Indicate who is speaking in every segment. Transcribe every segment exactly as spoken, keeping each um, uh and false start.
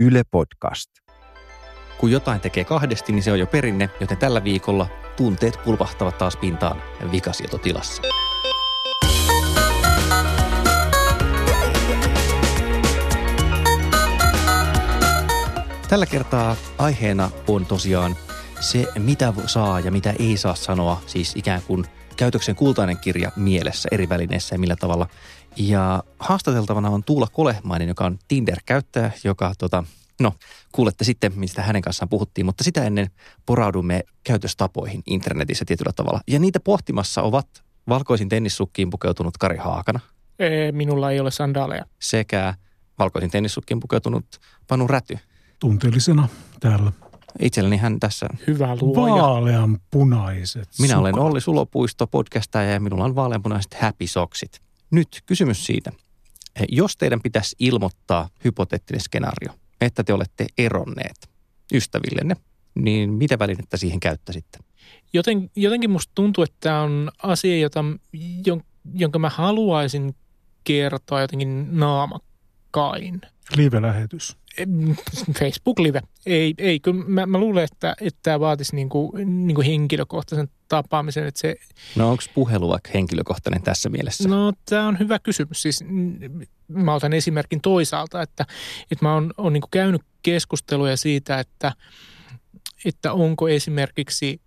Speaker 1: Yle Podcast.
Speaker 2: Kun jotain tekee kahdesti, niin se on jo perinne, joten tällä viikolla tunteet pulpahtavat taas pintaan vikasietotilassa. Tällä kertaa aiheena on tosiaan se, mitä saa ja mitä ei saa sanoa, siis ikään kuin käytöksen kultainen kirja mielessä eri välineissä ja millä tavalla. Ja haastateltavana on Tuula Kolehmainen, joka on Tinder-käyttäjä, joka, tota, no, kuulette sitten, mistä hänen kanssaan puhuttiin, mutta sitä ennen poraudumme käytöstapoihin internetissä tietyllä tavalla. Ja niitä pohtimassa ovat valkoisin tennissukkiin pukeutunut Kari Haakana.
Speaker 3: Ee, minulla ei ole sandaaleja.
Speaker 2: Sekä valkoisin tennissukkiin pukeutunut Panu Räty.
Speaker 4: Tunteellisena täällä.
Speaker 2: Itselleni hän tässä.
Speaker 3: Hyvä luoja.
Speaker 4: Vaaleanpunaiset
Speaker 2: Minä
Speaker 4: sukat.
Speaker 2: olen Olli Sulopuisto, podcastaja, ja minulla on vaaleanpunaiset happy soksit. Nyt kysymys siitä, jos teidän pitäisi ilmoittaa hypoteettinen skenaario, että te olette eronneet ystävillenne, niin mitä välinettä siihen käyttäisitte?
Speaker 3: Joten, jotenkin musta tuntuu, että tämä on asia, jota, jonka mä haluaisin kertoa jotenkin naamakkain.
Speaker 4: Live-lähetys.
Speaker 3: Facebook-live. Ei, ei kyllä mä, mä luulen, että, että tämä vaatisi niinku, niinku henkilökohtaisen tapaamisen. Että se,
Speaker 2: no onko puhelu vaikka henkilökohtainen tässä mielessä?
Speaker 3: No tämä on hyvä kysymys. Siis mä otan esimerkin toisaalta, että, että mä oon, oon niinku käynyt keskusteluja siitä, että, että onko esimerkiksi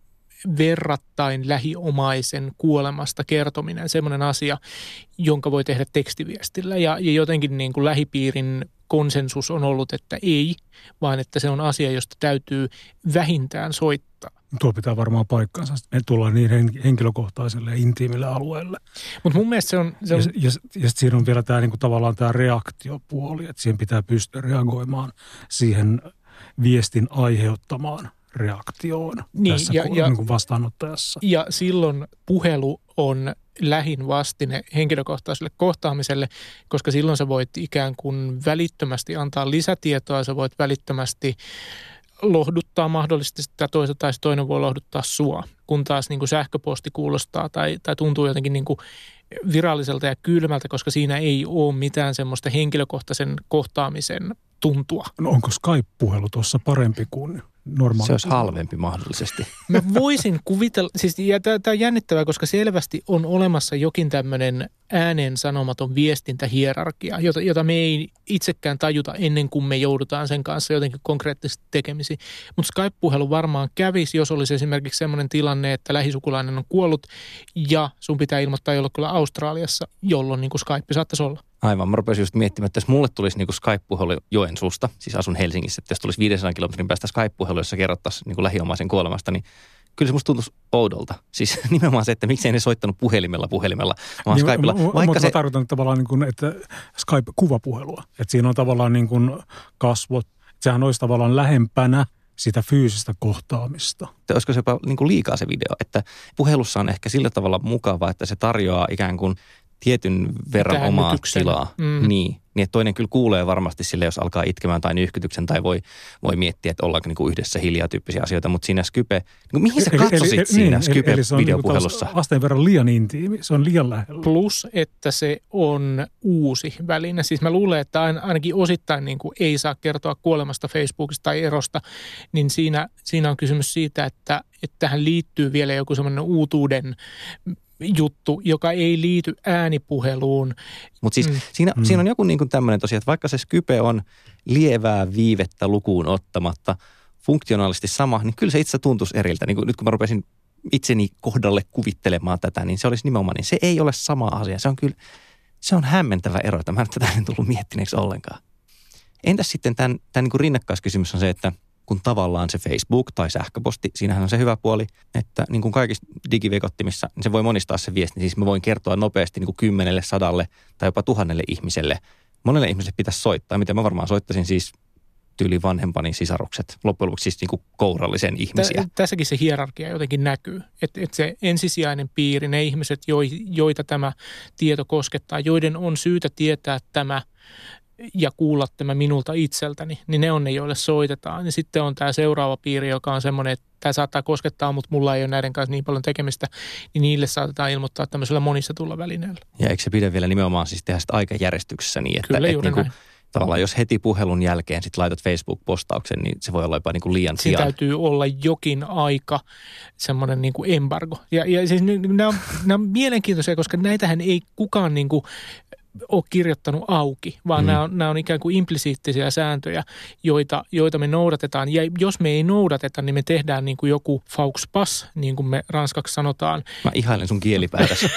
Speaker 3: verrattain lähiomaisen kuolemasta kertominen semmoinen asia, jonka voi tehdä tekstiviestillä. Ja, ja jotenkin niin kuin lähipiirin konsensus on ollut, että ei, vaan että se on asia, josta täytyy vähintään soittaa.
Speaker 4: Tuo pitää varmaan paikkaansa. Me tullaan niin henkilökohtaiselle ja intiimille alueelle.
Speaker 3: Mutta mun mielestä se on... Se on...
Speaker 4: Ja, ja, ja sitten siinä on vielä tämä, niin kuin tavallaan tämä reaktiopuoli, että siihen pitää pystyä reagoimaan siihen viestin aiheuttamaan reaktioon niin, tässä ja, ja, niin kuin vastaanottajassa.
Speaker 3: Ja silloin puhelu on lähin vastine henkilökohtaiselle kohtaamiselle, koska silloin sä voit ikään kuin välittömästi antaa lisätietoa, sä voit välittömästi lohduttaa mahdollisesti sitä toista tai toinen voi lohduttaa sua, kun taas niin kuin sähköposti kuulostaa tai, tai tuntuu jotenkin niin kuin viralliselta ja kylmältä, koska siinä ei ole mitään semmoista henkilökohtaisen kohtaamisen tuntua.
Speaker 4: No onko Skype-puhelu tuossa parempi kuin normaali?
Speaker 2: Se olisi halvempi mahdollisesti.
Speaker 3: Mä voisin kuvitella, siis ja tämä on jännittävää, koska selvästi on olemassa jokin tämmöinen ääneen sanomaton viestintähierarkia, jota, jota me ei itsekään tajuta ennen kuin me joudutaan sen kanssa jotenkin konkreettisesti tekemisiin. Mutta Skype-puhelu varmaan kävisi, jos olisi esimerkiksi semmoinen tilanne, että lähisukulainen on kuollut ja sun pitää ilmoittaa jollekulla Australiassa, jolloin niin kuin Skype saattaisi olla.
Speaker 2: Aivan, mä rupesin just miettimään, että jos mulle tulisi niin kuin Skype-puhelu Joensuusta, siis asun Helsingissä, että jos tulisi viisisataa kilometrin päästä Skype-puhelu, jossa kerrottaisiin niin kuin lähiomaisen kuolemasta, niin kyllä se musta tuntuisi oudolta. Siis nimenomaan se, että miksei ne soittanut puhelimella puhelimella, vaan niin, Skypella.
Speaker 4: Vaikka mutta se... mä tarkoitan tavallaan niin kuin, että Skype-kuvapuhelua, että siinä on tavallaan niin kuin kasvot, sehän olisi tavallaan lähempänä sitä fyysistä kohtaamista.
Speaker 2: Olisiko se jopa niin kuin liikaa se video, että puhelussa on ehkä sillä tavalla mukava, että se tarjoaa ikään kuin tietyn verran omaa tilaa. Mm. Niin, niin, että toinen kyllä kuulee varmasti sille, jos alkaa itkemään tai nyhkytyksen tai voi, voi miettiä, että ollaanko niin kuin yhdessä hiljaa tyyppisiä asioita, mutta siinä Skype, niin mihin sä katsosit eli, eli, siinä niin, Skype-videopuhelussa?
Speaker 4: Niin asteen verran liian intiimi, se on liian lähellä.
Speaker 3: Plus, että se on uusi väline. Siis mä luulen, että ainakin osittain niin kuin ei saa kertoa kuolemasta Facebookista tai erosta, niin siinä, siinä on kysymys siitä, että, että tähän liittyy vielä joku semmoinen uutuuden juttu, joka ei liity äänipuheluun.
Speaker 2: Mutta siis mm. siinä, mm. siinä on joku niin kuin tämmöinen tosiaan, että vaikka se Skype on lievää viivettä lukuun ottamatta, funktionaalisesti sama, niin kyllä se itse tuntuisi eriltä. Niin kuin nyt kun mä rupesin itseni kohdalle kuvittelemaan tätä, niin se olisi nimenomaan, niin se ei ole sama asia. Se on kyllä, se on hämmentävä ero, että mä en tätä en tullut miettineeksi ollenkaan. Entäs sitten tämän, tämän niin kuin rinnakkaiskysymys on se, että kun tavallaan se Facebook tai sähköposti, siinähän on se hyvä puoli, että niin kuin kaikissa digivekottimissa, niin se voi monistaa se viesti. Siis mä voin kertoa nopeasti niin kuin kymmenelle, sadalle tai jopa tuhannelle ihmiselle. Monelle ihmiselle pitäisi soittaa. Miten mä varmaan soittaisin siis tyyli vanhempani sisarukset. Loppujen lopuksi siis niin kuin kourallisen ihmisiä.
Speaker 3: Tässäkin se hierarkia jotenkin näkyy. Että et se ensisijainen piiri, ne ihmiset, joita tämä tieto koskettaa, joiden on syytä tietää tämä ja kuulla tämä minulta itseltäni, niin ne on ne, joille soitetaan. Ja sitten on tämä seuraava piiri, joka on semmoinen, että tämä saattaa koskettaa, mutta mulla ei ole näiden kanssa niin paljon tekemistä, niin niille saatetaan ilmoittaa tämmöisellä monistetulla välineellä.
Speaker 2: Ja eikö se pidä vielä nimenomaan siis tehdä sitä aikajärjestyksessä niin, että,
Speaker 3: Kyllä,
Speaker 2: että niin kuin tavallaan jos heti puhelun jälkeen sit laitat Facebook-postauksen, niin se voi olla jopa niin kuin liian
Speaker 3: siinä
Speaker 2: pian.
Speaker 3: täytyy olla jokin aika, semmoinen niin kuin embargo. Ja, ja siis nämä on, nämä on mielenkiintoisia, koska näitähän ei kukaan niin kuin ole kirjoittanut auki, vaan mm. nämä, on, nämä on ikään kuin implisiittisiä sääntöjä, joita, joita me noudatetaan. Ja jos me ei noudateta, niin me tehdään niin kuin joku faux pas, niin kuin me ranskaksi sanotaan.
Speaker 2: Mä ihailen sun kielipäätäsi.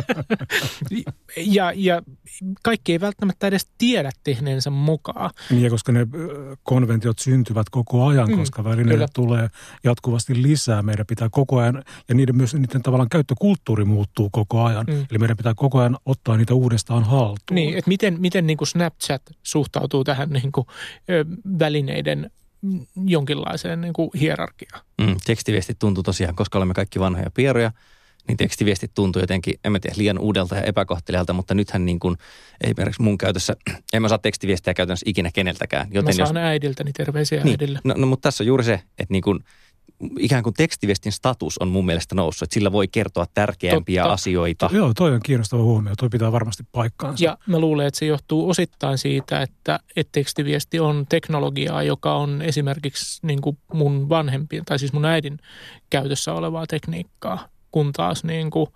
Speaker 3: ja, ja kaikki ei välttämättä edes tiedä tehneensä mukaan.
Speaker 4: Niin, ja koska ne konventiot syntyvät koko ajan, mm, koska välineitä kyllä. tulee jatkuvasti lisää. Meidän pitää koko ajan, ja niiden myös niiden tavallaan käyttökulttuuri muuttuu koko ajan. Mm. Eli meidän pitää koko ajan ottaa niitä uudestaan haltuun.
Speaker 3: Niin, että miten, miten niin kuin Snapchat suhtautuu tähän niin kuin, ö, välineiden jonkinlaiseen niin kuin hierarkiaan?
Speaker 2: Mm, tekstiviestit tuntuu tosiaan, koska olemme kaikki vanhoja pieroja, niin tekstiviestit tuntuu jotenkin, en mä tiedä, liian uudelta ja epäkohtelijalta, mutta nythän niin kuin, esimerkiksi mun käytössä, en mä saa tekstiviestiä käytännössä ikinä keneltäkään.
Speaker 3: Joten mä saan jos, äidiltäni terveisiä niin, äidille.
Speaker 2: No, no, mutta tässä on juuri se, että niin kuin, ikään kuin tekstiviestin status on mun mielestä noussut, että sillä voi kertoa tärkeämpiä Totta. asioita.
Speaker 4: Joo, toi on kiinnostava huomio. Toi pitää varmasti paikkaansa.
Speaker 3: Ja mä luulen, että se johtuu osittain siitä, että, että tekstiviesti on teknologiaa, joka on esimerkiksi niin kuin mun vanhempien, tai siis mun äidin käytössä olevaa tekniikkaa, kun taas niin kuin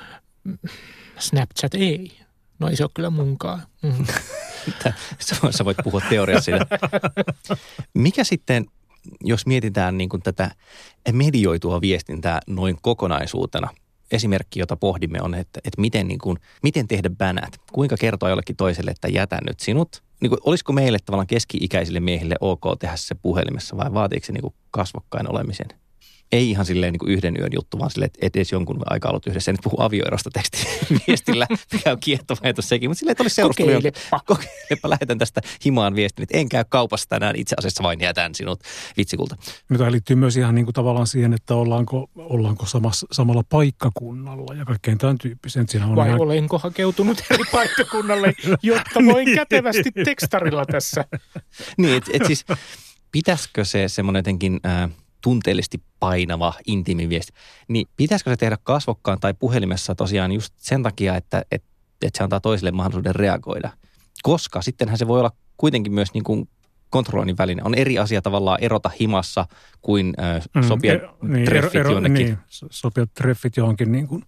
Speaker 3: Snapchat ei. No ei se ole kyllä munkaan. Mm.
Speaker 2: Sä voit puhua teoriassa siitä. Mikä sitten, jos mietitään niin kuin tätä medioitua viestintää noin kokonaisuutena, esimerkki, jota pohdimme on, että, että miten, niin kuin, miten tehdä bänät, kuinka kertoa jollekin toiselle, että jätän nyt sinut. Niin kuin, olisiko meille tavallaan keski-ikäisille miehille ok tehdä se puhelimessa vai vaatiiko se niin kuin kasvokkain olemisen? Ei ihan silleen niin kuin yhden yön juttu, vaan silleen, että edes jonkun aikaa ollut yhdessä. En nyt puhu avioerosta tekstiviestillä, mikä on kiehtova ajatus sekin. Mutta silleen, että olisi seurustelu.
Speaker 3: Kokeilepa.
Speaker 2: Kokeilepa, lähetän tästä himaan viestin, että en käy kaupassa tänään, itse asiassa vain jätän sinut vitsikulta.
Speaker 4: Nyt tämä liittyy myös ihan niin kuin tavallaan siihen, että ollaanko, ollaanko samassa, samalla paikkakunnalla ja kaikkein tämän tyyppisen.
Speaker 3: Vai
Speaker 4: ihan...
Speaker 3: olenko hakeutunut eri paikkakunnalle, jotta voin kätevästi tekstarilla tässä?
Speaker 2: Niin, että et siis pitäisikö se semmoinen jotenkin... Äh, tunteellisesti painava, intiimi viesti, niin pitäisikö se tehdä kasvokkaan tai puhelimessa tosiaan just sen takia, että, että, että se antaa toiselle mahdollisuuden reagoida? Koska sittenhän se voi olla kuitenkin myös niin kuin kontrolloinnin väline. On eri asia tavallaan erota himassa kuin äh, sopia mm, niin, treffit ero, jonnekin.
Speaker 4: Niin, sopia treffit johonkin niin kuin,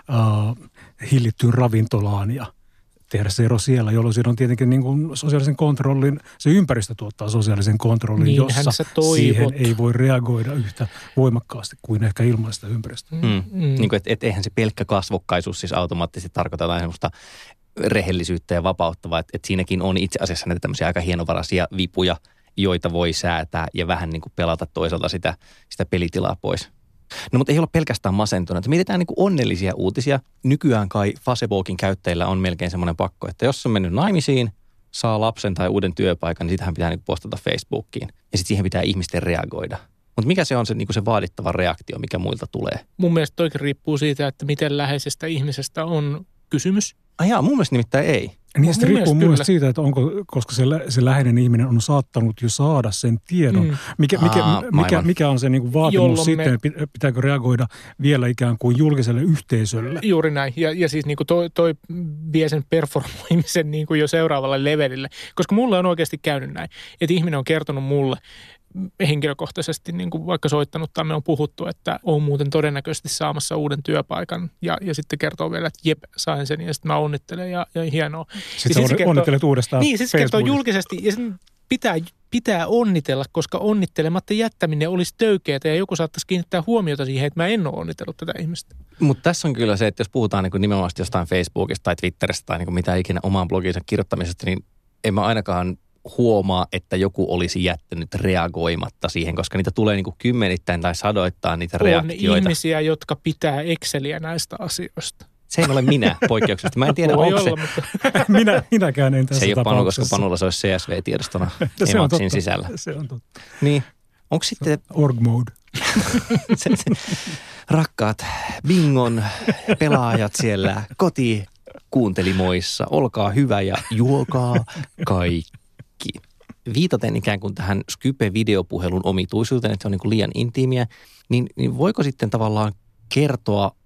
Speaker 4: uh, hillittyyn ravintolaan ja tehdä se ero siellä, jolloin siinä on tietenkin niin kuin sosiaalisen kontrollin, se ympäristö tuottaa sosiaalisen kontrollin,
Speaker 3: Niinhän
Speaker 4: jossa siihen ei voi reagoida yhtä voimakkaasti kuin ehkä ilman sitä ympäristöä.
Speaker 2: Mm. Mm. Niin kuin, että et, eihän se pelkkä kasvokkaisuus siis automaattisesti tarkoita jotain semmoista rehellisyyttä ja vapautta, vaan että et siinäkin on itse asiassa näitä tämmöisiä aika hienovaraisia vipuja, joita voi säätää ja vähän niin kuin pelata toisaalta sitä, sitä pelitilaa pois. No mutta ei olla pelkästään masentuneita. Mietitään niin kuin onnellisia uutisia. Nykyään kai Facebookin käyttäjillä on melkein semmoinen pakko, että jos on mennyt naimisiin, saa lapsen tai uuden työpaikan, niin sitähän pitää niin kuin postata Facebookiin. Ja sitten siihen pitää ihmisten reagoida. Mutta mikä se on se, niin kuin se vaadittava reaktio, mikä muilta tulee?
Speaker 3: Mun mielestä toikin riippuu siitä, että miten läheisestä ihmisestä on kysymys.
Speaker 2: Ah jaa, mun mielestä nimittäin ei.
Speaker 4: Niin se riippuu mun mielestä siitä, että onko, koska se, se läheinen ihminen on saattanut jo saada sen tiedon. Mm. Mikä, mikä, Aa, mikä, mikä on se niin kuin vaatimus Jolloin sitten, me... pitääkö reagoida vielä ikään kuin julkiselle yhteisölle?
Speaker 3: Juuri näin. Ja, ja siis niin kuin toi, toi vie sen performoimisen niin kuin jo seuraavalle levelille. Koska mulle on oikeasti käynyt näin, että ihminen on kertonut mulle henkilökohtaisesti niin kuin vaikka soittanut tai me on puhuttu, että on muuten todennäköisesti saamassa uuden työpaikan ja, ja sitten kertoo vielä, että jep, sain sen ja sitten mä onnittelen ja, ja hienoa.
Speaker 4: Sitten ja sä sit onnittelet kertoo, uudestaan
Speaker 3: Niin, sitten se kertoo julkisesti ja sitten pitää, pitää onnitella, koska onnittelematta jättäminen olisi töykeätä ja joku saattaisi kiinnittää huomiota siihen, että mä en ole onnitellut tätä ihmistä.
Speaker 2: Mutta tässä on kyllä se, että jos puhutaan niin kuin nimenomaan jostain Facebookista tai Twitteristä tai niin kuin mitä ikinä omaan blogiinsa kirjoittamisesta, niin en mä ainakaan huomaa, että joku olisi jättänyt reagoimatta siihen, koska niitä tulee niin kuin kymmenittäin tai sadoittain niitä reaktioita.
Speaker 3: On ihmisiä, jotka pitää Exceliä näistä asioista.
Speaker 2: Se ei ole minä poikkeuksesta. Mä en tiedä,
Speaker 3: Voi
Speaker 2: onko
Speaker 3: olla,
Speaker 2: se.
Speaker 3: Mutta...
Speaker 4: minä, minäkään en tässä
Speaker 2: se ei ole Panu, koska
Speaker 4: tapauksessa.
Speaker 2: Panulla se olisi C S V-tiedostona Emaxin sisällä.
Speaker 4: Se on totta.
Speaker 2: Niin, onko sitten...
Speaker 4: Org mode.
Speaker 2: se, se, rakkaat Bingon pelaajat siellä kotikuuntelimoissa, olkaa hyvä ja juokaa kaikki. Viitaten ikään kuin tähän Skype-videopuhelun omituisuuteen, että se on niin kuin liian intiimiä, niin, niin voiko sitten tavallaan kertoa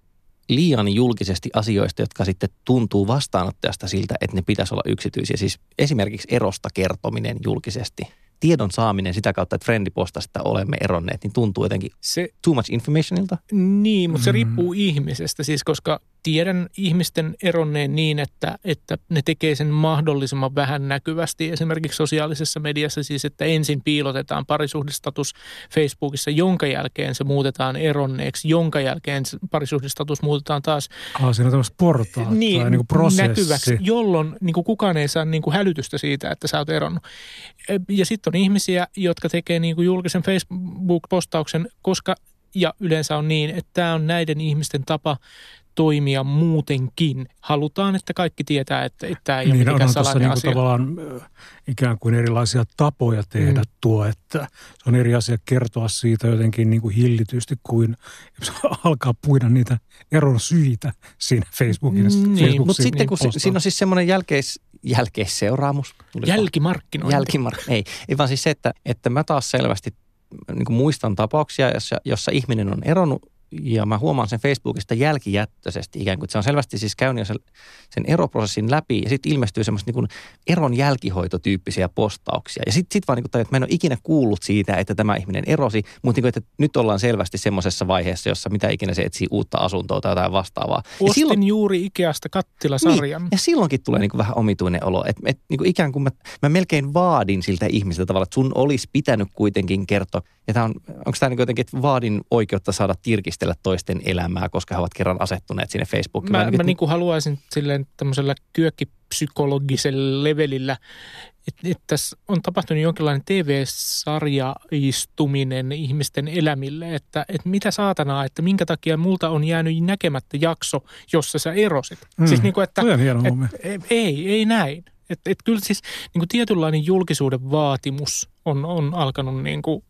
Speaker 2: liian julkisesti asioista, jotka sitten tuntuu vastaanottajasta siltä, että ne pitäisi olla yksityisiä. Siis esimerkiksi erosta kertominen julkisesti. Tiedon saaminen sitä kautta, että frendi postasi, että olemme eronneet, niin tuntuu jotenkin se, too much informationilta.
Speaker 3: Niin, mutta se riippuu mm-hmm. ihmisestä, siis koska tiedän ihmisten eronneen niin, että, että ne tekee sen mahdollisimman vähän näkyvästi. Esimerkiksi sosiaalisessa mediassa siis, että ensin piilotetaan parisuhdestatus Facebookissa, jonka jälkeen se muutetaan eronneeksi, jonka jälkeen parisuhdestatus muutetaan taas
Speaker 4: ah, siinä on tämmöistä portaat niin, tai niin kuin prosessi.
Speaker 3: Näkyväksi, jolloin niin kuin kukaan ei saa niin kuin hälytystä siitä, että sä oot eronnut. Ja sitten on ihmisiä, jotka tekee niin kuin julkisen Facebook-postauksen, koska ja yleensä on niin, että tämä on näiden ihmisten tapa toimia muutenkin. Halutaan, että kaikki tietää, että, että tämä ei niin, ole mikään salainen
Speaker 4: niin
Speaker 3: asia.
Speaker 4: Tavallaan ikään kuin erilaisia tapoja tehdä mm. tuo, että se on eri asia kertoa siitä jotenkin niin kuin hillitysti kuin alkaa puida niitä eron syitä siinä Facebookin.
Speaker 3: Mm,
Speaker 2: niin, mutta sitten kun si- siinä on siis semmoinen jälkeis, jälkeisseuraamus.
Speaker 3: Jälkimarkkinointi.
Speaker 2: Jälkimark- ei, ei vaan siis se, että, että mä taas selvästi niin kuin muistan tapauksia, jossa, jossa ihminen on eronnut ja mä huomaan sen Facebookista jälkijättöisesti ikään kuin. Se on selvästi siis käynyt sen, sen eroprosessin läpi ja sitten ilmestyy semmoista niin kuin eron jälkihoitotyyppisiä postauksia. Ja sitten sit vaan niin kuin, että mä en ole ikinä kuullut siitä, että tämä ihminen erosi, mutta niin kuin, että nyt ollaan selvästi semmoisessa vaiheessa, jossa mitä ikinä se etsii uutta asuntoa tai jotain vastaavaa.
Speaker 3: Ostin silloin, juuri Ikeasta kattilasarjan.
Speaker 2: Niin, ja silloinkin tulee niin kuin vähän omituinen olo. Että et, niin kuin ikään kuin mä, mä melkein vaadin siltä ihmiseltä tavalla, että sun olisi pitänyt kuitenkin kertoa. Ja tämä on, onko tämä niin jotenkin, että vaadin oikeutta saada tirkistellä toisten elämää, koska he ovat kerran asettuneet sinne Facebookiin?
Speaker 3: Mä, mä,
Speaker 2: niin,
Speaker 3: mä niin kuin haluaisin silleen tämmöisellä kyökkipsykologisella levelillä, että, että tässä on tapahtunut jonkinlainen T V-sarjaistuminen ihmisten elämille, että, että mitä saatanaa, että minkä takia multa on jäänyt näkemättä jakso, jossa sä erosit.
Speaker 4: Mm,
Speaker 3: siis niin kuin, että
Speaker 4: et,
Speaker 3: ei, ei näin. Että et kyllä siis niin kuin tietynlainen julkisuuden vaatimus on, on alkanut niin kuin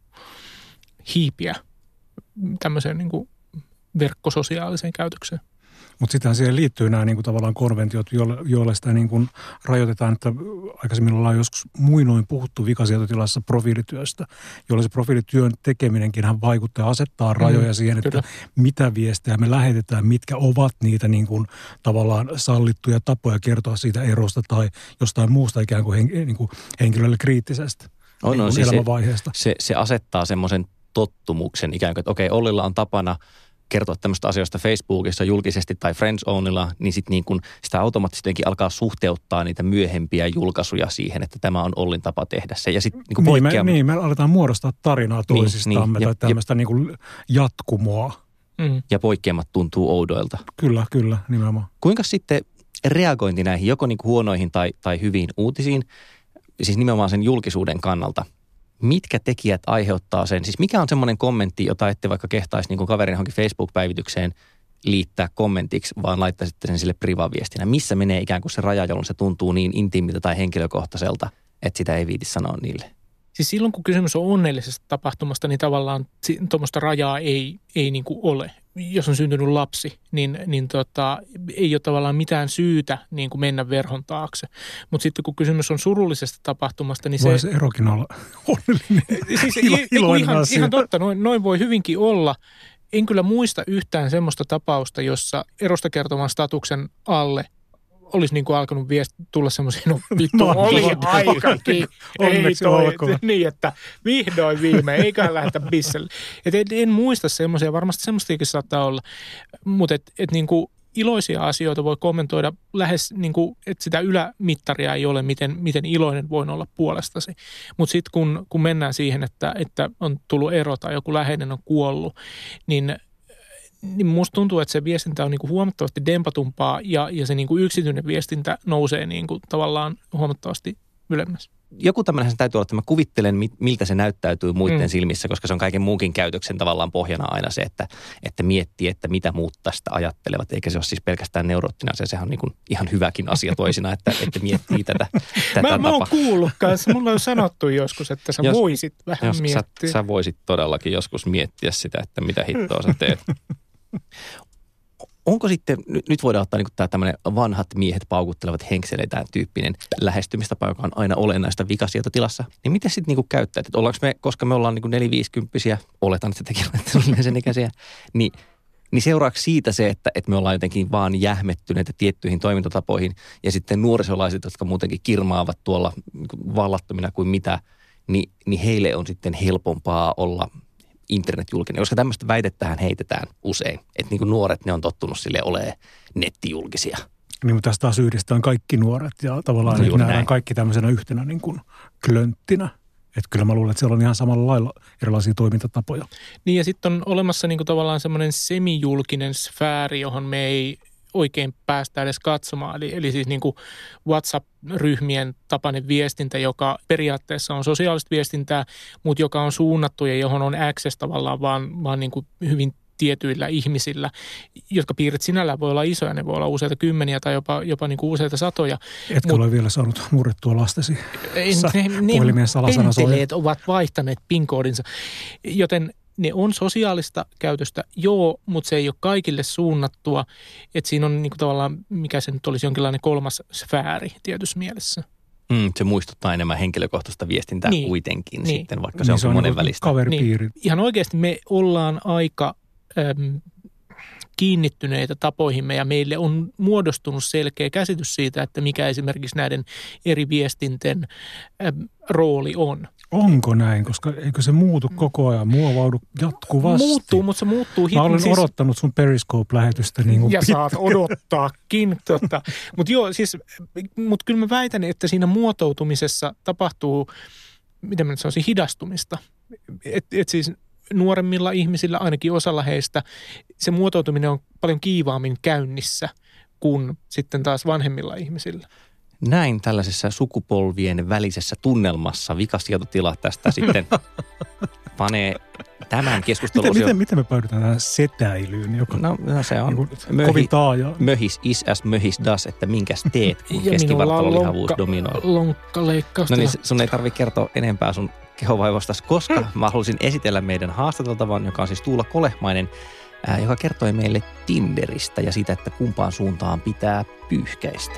Speaker 3: hiipiä tämmöiseen niin kuin verkkososiaaliseen käytökseen.
Speaker 4: Mutta sittenhän siihen liittyy nämä niin kuin tavallaan konventiot, joille, joille sitä niin kuin rajoitetaan, että aikaisemmin ollaan joskus muinoin puhuttu vikasietotilassa profiilityöstä, jolle se profiilityön tekeminenkin vaikuttaa asettaa rajoja mm, siihen, että kyllä. mitä viestejä me lähetetään, mitkä ovat niitä niin kuin tavallaan sallittuja tapoja kertoa siitä erosta tai jostain muusta ikään kuin, hen, niin kuin henkilölle kriittisestä
Speaker 2: on,
Speaker 4: niin
Speaker 2: on, siis
Speaker 4: elämänvaiheesta.
Speaker 2: Se, se, se asettaa semmoisen tottumuksen ikään kuin, että okei, Ollilla on tapana kertoa tämmöistä asioista Facebookissa julkisesti tai Friends Onlylla, niin sitten niin kuin sitä automaattisesti alkaa suhteuttaa niitä myöhempiä julkaisuja siihen, että tämä on Ollin tapa tehdä se. Ja sitten niin
Speaker 4: niin, me, niin, me aletaan muodostaa tarinaa toisistamme niin, niin, tai tämmöistä niin kuin jatkumoa.
Speaker 2: Mm. Ja poikkeamat tuntuu oudoilta.
Speaker 4: Kyllä, kyllä, nimenomaan.
Speaker 2: Kuinka sitten reagointi näihin joko niin kuin huonoihin tai, tai hyviin uutisiin, siis nimenomaan sen julkisuuden kannalta, mitkä tekijät aiheuttaa sen? Siis mikä on semmoinen kommentti, jota ette vaikka kehtaisi niin kuin kaverin johonkin Facebook-päivitykseen liittää kommentiksi, vaan laittaisitte sen sille privaviestinä? Missä menee ikään kuin se raja, jolloin se tuntuu niin intiimiltä tai henkilökohtaiselta, että sitä ei viiti sanoa niille?
Speaker 3: Siis silloin, kun kysymys on onnellisesta tapahtumasta, niin tavallaan tuommoista rajaa ei, ei niin kuin ole. Jos on syntynyt lapsi, niin, niin tota, ei ole tavallaan mitään syytä niin kuin mennä verhon taakse. Mutta sitten kun kysymys on surullisesta tapahtumasta, niin
Speaker 4: voi
Speaker 3: se...
Speaker 4: se erokin olla onnellinen,
Speaker 3: siis,
Speaker 4: ilo, iloinen
Speaker 3: ihan,
Speaker 4: asia.
Speaker 3: ihan totta, noin, noin voi hyvinkin olla. En kyllä muista yhtään semmoista tapausta, jossa erosta kertovan statuksen alle olisi niin kuin alkanut viesti tulla semmoisia, no vittu, oli aikakin.
Speaker 4: Onneksi
Speaker 3: toi,
Speaker 4: olkoon.
Speaker 3: Niin, että vihdoin viimein, eiköhän lähdetä bisselle. Et en, en muista semmoisia, varmasti semmoistakin saattaa olla, mutta et, et niin kuin iloisia asioita voi kommentoida lähes, niin kuin, että sitä ylämittaria ei ole, miten, miten iloinen voin olla puolestasi. Mutta sitten kun, kun mennään siihen, että, että on tullut ero tai joku läheinen on kuollut, niin niin musta tuntuu, että se viestintä on niin kuin huomattavasti dempatumpaa ja, ja se niin kuin yksityinen viestintä nousee niin kuin tavallaan huomattavasti ylemmäs.
Speaker 2: Joku tämmöinen täytyy olla, että mä kuvittelen, miltä se näyttäytyy muiden mm. silmissä, koska se on kaiken muunkin käytöksen tavallaan pohjana aina se, että, että miettii, että mitä muut tästä ajattelevat. Eikä se ole siis pelkästään neuroottinen asia, sehän on niin kuin ihan hyväkin asia toisina, että, että miettii tätä, tätä
Speaker 3: mä,
Speaker 2: tapaa.
Speaker 3: Mä oon kuullut kanssa, mulla on sanottu joskus, että sä jos, voisit vähän jos miettiä.
Speaker 2: Sä, sä voisit todellakin joskus miettiä sitä, että mitä hittoa sä teet. Onko sitten, nyt voidaan ottaa niin tämä tämmöinen vanhat miehet paukuttelevat henkseleitään tyyppinen lähestymistapa, joka on aina olennaista vikasietotilassa, niin miten sitten niin käyttäjät, että ollaanko me, koska me ollaan niin neliviisikymppisiä, oletan, että tekin olette sen ikäisiä, niin Niin seuraako siitä se, että, että me ollaan jotenkin vaan jähmettyneitä tiettyihin toimintatapoihin ja sitten nuorisolaiset, jotka muutenkin kirmaavat tuolla vallattomina kuin mitä, niin, niin heille on sitten helpompaa olla internetjulkinen, koska tämmöistä väitettähän heitetään usein, että niin kuin nuoret, ne on tottunut sille olemaan nettijulkisia.
Speaker 4: Niin, mutta tästä taas yhdistetään kaikki nuoret ja tavallaan no, nähdään näin. Kaikki tämmöisenä yhtenä niin kuin klönttinä. Että kyllä mä luulen, että siellä on ihan samalla lailla erilaisia toimintatapoja.
Speaker 3: Niin ja sitten on olemassa niin kuin tavallaan semmoinen semijulkinen sfääri, johon me ei oikein päästä edes katsomaan. Eli, eli siis niin kuin WhatsApp-ryhmien tapainen viestintä, joka periaatteessa on sosiaalista viestintää, mutta joka on suunnattu ja johon on access tavallaan vaan, vaan niin kuin hyvin tietyillä ihmisillä, jotka piirret sinällään voi olla isoja, ne voi olla useita kymmeniä tai jopa, jopa niin kuin useita satoja.
Speaker 4: Etkö Mut, ole vielä saanut murrettua lastesi puhelimien salasanasoja?
Speaker 3: Penteleet ovat vaihtaneet PIN-koodinsa, joten ne on sosiaalista käytöstä, joo, mutta se ei ole kaikille suunnattua, että siinä on niin kuin tavallaan, mikä se nyt olisi, jonkinlainen kolmas sfääri tietyssä mielessä.
Speaker 2: Mm, se muistuttaa enemmän henkilökohtaista viestintää niin, niin. sitten, vaikka se
Speaker 4: niin,
Speaker 2: on monenvälistä.
Speaker 4: Kaveripiiri.
Speaker 3: Niin. Ihan oikeasti me ollaan aika äm, kiinnittyneitä tapoihimme ja meille on muodostunut selkeä käsitys siitä, että mikä esimerkiksi näiden eri viestinten äm, rooli on.
Speaker 4: Onko näin? Koska eikö se muutu koko ajan, muovaudu jatkuvasti?
Speaker 3: Muuttuu, mutta se muuttuu.
Speaker 4: Mä olen siis odottanut sun Periscope-lähetystä niin kuin
Speaker 3: ja
Speaker 4: pitkä.
Speaker 3: Saat odottaakin. Tota. Mutta joo, siis, mutta kyllä mä väitän, että siinä muotoutumisessa tapahtuu, miten mä nyt sanoisin, hidastumista. Että et siis nuoremmilla ihmisillä, ainakin osalla heistä, se muotoutuminen on paljon kiivaammin käynnissä kuin sitten taas vanhemmilla ihmisillä.
Speaker 2: Näin tällaisessa sukupolvien välisessä tunnelmassa vikasietotila tästä sitten panee tämän keskustelun.
Speaker 4: Miten, miten, miten me päädytään tähän setäilyyn, joka
Speaker 2: no, no se on
Speaker 4: niin möhi, kovin taaja.
Speaker 2: Möhis is as möhis das, että minkäs teet, kun keskivartalolihavuus dominoi.
Speaker 3: Lonkkaleikkausta.
Speaker 2: No niin, sun ei tarvitse kertoa enempää sun kehovaivostasi, koska mä haluaisin esitellä meidän haastateltavan, joka on siis Tuula Kolehmainen, ää, joka kertoi meille Tinderistä ja siitä, että kumpaan suuntaan pitää pyyhkäistä.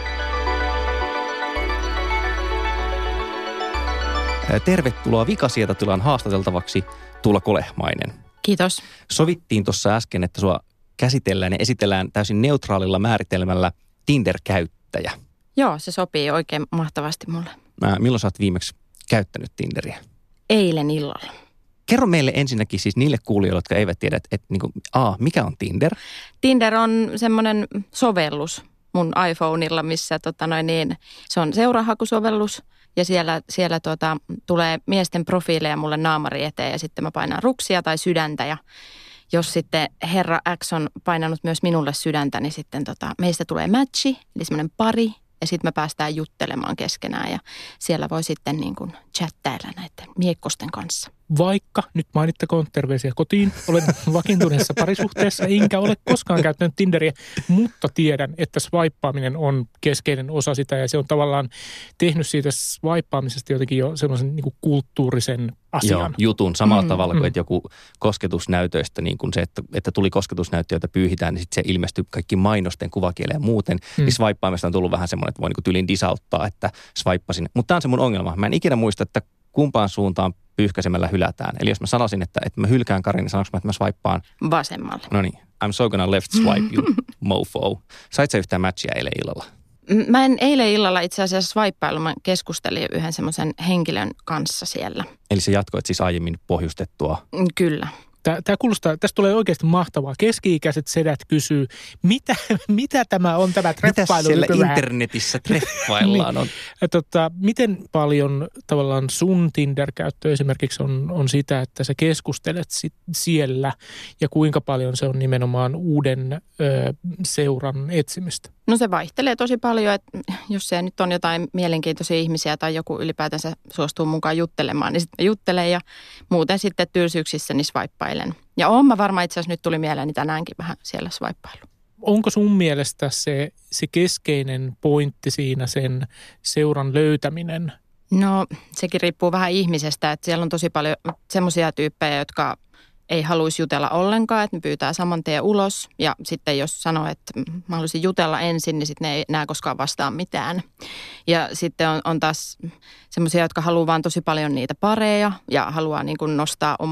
Speaker 2: Tervetuloa vikasietotilan haastateltavaksi, Tuula Kolehmainen.
Speaker 1: Kiitos.
Speaker 2: Sovittiin tuossa äsken, että sua käsitellään ja esitellään täysin neutraalilla määritelmällä Tinder-käyttäjä.
Speaker 1: Joo, se sopii oikein mahtavasti mulle.
Speaker 2: Mä, milloin sä oot viimeksi käyttänyt Tinderiä?
Speaker 1: Eilen illalla.
Speaker 2: Kerro meille ensinnäkin siis niille kuulijoille, jotka eivät tiedä, että, että niin kuin, a, mikä on Tinder?
Speaker 1: Tinder on semmoinen sovellus mun iPhoneilla, missä tota noin niin, se on seurahakusovellus. Ja siellä, siellä tuota, tulee miesten profiileja mulle naamari eteen ja sitten mä painan ruksia tai sydäntä. Ja jos sitten herra X on painanut myös minulle sydäntä, niin sitten tota, meistä tulee matchi, eli semmoinen pari. Ja sitten me päästään juttelemaan keskenään ja siellä voi sitten niin kuin chattailla näiden miekkosten kanssa.
Speaker 3: Vaikka, nyt mainittakoon terveisiä kotiin, olen vakiintuneessa parisuhteessa, enkä ole koskaan käyttänyt Tinderiä, mutta tiedän, että swipeaaminen on keskeinen osa sitä ja se on tavallaan tehnyt siitä swipeaamisesta jotenkin jo sellaisen niin kuin kulttuurisen asian.
Speaker 2: Joo, jutun samalla mm, tavalla kuin mm. että joku kosketusnäytöistä, niin kuin se, että, että tuli kosketusnäyttö, jota pyyhitään, niin sitten se ilmestyy kaikki mainosten kuvakieleen ja muuten. Mm. Niin swipeaamista on tullut vähän semmoinen, että voi niin kuin tyylin disauttaa, että swipeasin. Mutta tämä on se mun ongelma. Mä en ikinä muista, että kumpaan suuntaan pyyhkäisemällä hylätään. Eli jos mä sanoisin, että, että mä hylkään Karin, niin sanonko mä, että mä swipaan?
Speaker 1: Vasemmalle.
Speaker 2: No niin, I'm so gonna left swipe you, mofo. Sait sä yhtään matchia eilen illalla?
Speaker 1: Mä en eilen illalla itse asiassa swipailu, mä keskustelin yhden semmoisen henkilön kanssa siellä.
Speaker 2: Eli sä jatkoit siis aiemmin pohjustettua?
Speaker 1: Kyllä.
Speaker 3: Tämä kuulostaa, tästä tulee oikeasti mahtavaa. Keski-ikäiset sedät kysyy, mitä, mitä tämä on tämä treffailu?
Speaker 2: Mitä siellä internetissä treffaillaan on?
Speaker 3: niin, tota, miten paljon tavallaan sun Tinder-käyttö esimerkiksi on, on sitä, että sä keskustelet sit siellä ja kuinka paljon se on nimenomaan uuden ö, seuran etsimistä?
Speaker 1: No se vaihtelee tosi paljon, että jos se nyt on jotain mielenkiintoisia ihmisiä tai joku ylipäätänsä suostuu mukaan juttelemaan, niin sitten juttelen ja muuten sitten tylsyyksissä niin swipeilen. Ja oon mä varmaan itse asiassa nyt tuli mieleeni tänäänkin vähän siellä swipeilu.
Speaker 3: Onko sun mielestä se, se keskeinen pointti siinä sen seuran löytäminen?
Speaker 1: No sekin riippuu vähän ihmisestä, että siellä on tosi paljon semmoisia tyyppejä, jotka ei haluaisi jutella ollenkaan, että ne pyytää saman tien ulos. Ja sitten jos sanoo, että mä haluaisin jutella ensin, niin sitten ne ei enää koskaan vastaa mitään. Ja sitten on, on taas semmoisia, jotka haluaa vaan tosi paljon niitä pareja ja haluaa niin kuin nostaa omaa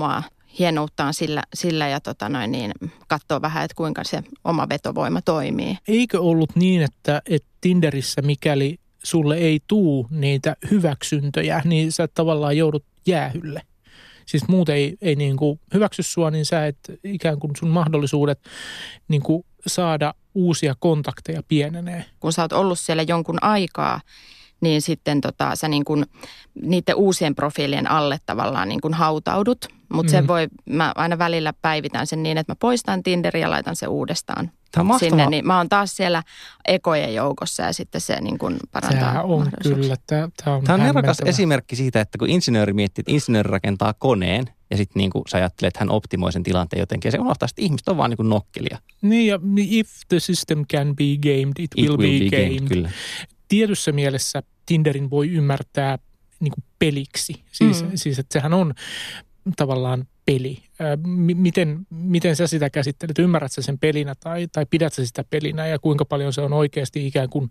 Speaker 1: hienouttaan sillä, sillä ja tota noin, niin katsoa vähän, että kuinka se oma vetovoima toimii.
Speaker 3: Eikö ollut niin, että, että Tinderissä mikäli sulle ei tuu niitä hyväksyntöjä, niin sä tavallaan joudut jäähylle? Siis muut ei, ei niin kuin hyväksy sua, niin sä et ikään kuin sun mahdollisuudet niin kuin saada uusia kontakteja pienenee.
Speaker 1: Kun sä oot ollut siellä jonkun aikaa, niin sitten tota, sä niin kuin niiden uusien profiilien alle tavallaan niin kuin hautaudut. Mutta mm. se voi, mä aina välillä päivitän sen niin, että mä poistan Tinderin ja laitan sen uudestaan sinne. Niin mä oon taas siellä ekojen joukossa ja sitten se niin kuin parantaa
Speaker 3: Tämä on kyllä, tämä, tämä on
Speaker 2: Tämä on nerokas esimerkki siitä, että kun insinööri miettii, että insinööri rakentaa koneen ja sitten niin kuin sä ajattelet, että hän optimoi sen tilanteen jotenkin ja se unohtaa, että ihmiset on vaan niin kuin nokkelia.
Speaker 3: Niin ja if the system can be gamed, it, it will, will be, be gamed. gamed. Kyllä. Tietyssä mielessä Tinderin voi ymmärtää niin kuin peliksi. Siis, mm. siis, että sehän on tavallaan peli. Miten, miten sä sitä käsittelet? Ymmärrät sä sen pelinä tai, tai pidät sä sitä pelinä ja kuinka paljon se on oikeasti ikään kuin